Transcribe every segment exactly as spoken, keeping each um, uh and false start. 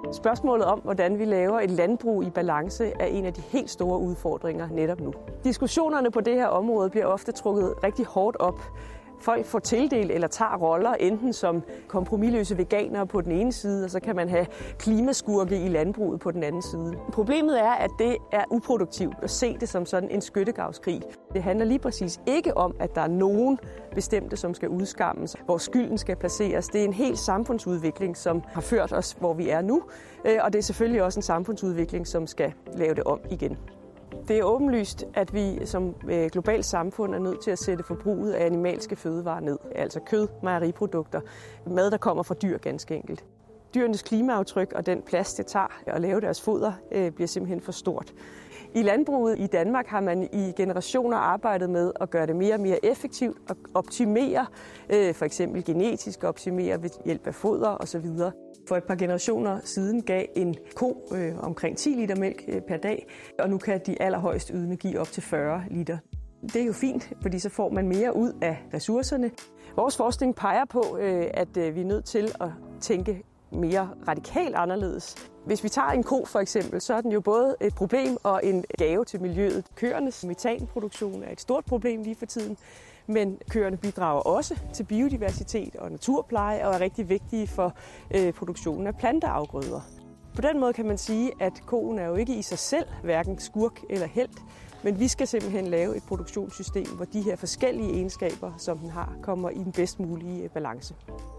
Spørgsmålet om, hvordan vi laver et landbrug i balance, er en af de helt store udfordringer netop nu. Diskussionerne på det her område bliver ofte trukket rigtig hårdt op. Folk får tildelt eller tager roller, enten som kompromisløse veganere på den ene side, og så kan man have klimaskurke i landbruget på den anden side. Problemet er, at det er uproduktivt at se det som sådan en skyttegravskrig. Det handler lige præcis ikke om, at der er nogen bestemte, som skal udskammes, hvor skylden skal placeres. Det er en hel samfundsudvikling, som har ført os, hvor vi er nu, og det er selvfølgelig også en samfundsudvikling, som skal lave det om igen. Det er åbenlyst, at vi som globalt samfund er nødt til at sætte forbruget af animalske fødevarer ned, altså kød, mejeriprodukter, mad, der kommer fra dyr ganske enkelt. Dyrenes klimaaftryk og den plads, det tager at lave deres foder, bliver simpelthen for stort. I landbruget i Danmark har man i generationer arbejdet med at gøre det mere og mere effektivt og optimere, for eksempel genetisk optimere ved hjælp af foder osv. For et par generationer siden gav en ko øh, omkring ti liter mælk øh, per dag, og nu kan de allerhøjst ydende give op til fyrre liter. Det er jo fint, fordi så får man mere ud af ressourcerne. Vores forskning peger på, øh, at øh, vi er nødt til at tænke mere radikalt anderledes. Hvis vi tager en ko for eksempel, så er den jo både et problem og en gave til miljøet. Køernes metanproduktion er et stort problem lige for tiden, men køerne bidrager også til biodiversitet og naturpleje og er rigtig vigtige for øh, produktionen af planteafgrøder. På den måde kan man sige, at koen er jo ikke i sig selv hverken skurk eller helt, men vi skal simpelthen lave et produktionssystem, hvor de her forskellige egenskaber, som den har, kommer i den bedst mulige balance.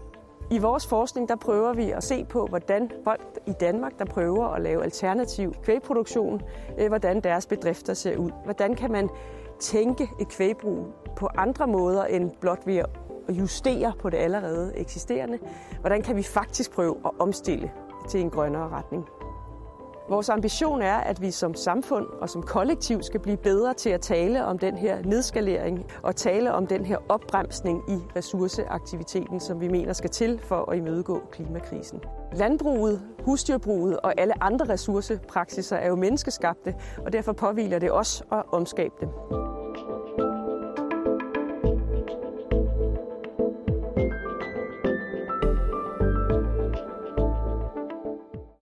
I vores forskning der prøver vi at se på, hvordan folk i Danmark, der prøver at lave alternativ kvægproduktion, hvordan deres bedrifter ser ud. Hvordan kan man tænke et kvægbrug på andre måder end blot ved at justere på det allerede eksisterende? Hvordan kan vi faktisk prøve at omstille til en grønnere retning? Vores ambition er, at vi som samfund og som kollektiv skal blive bedre til at tale om den her nedskalering og tale om den her opbremsning i ressourceaktiviteten, som vi mener skal til for at imødegå klimakrisen. Landbruget, husdyrbruget og alle andre ressourcepraksiser er jo menneskeskabte, og derfor påhviler det os at omskabe dem.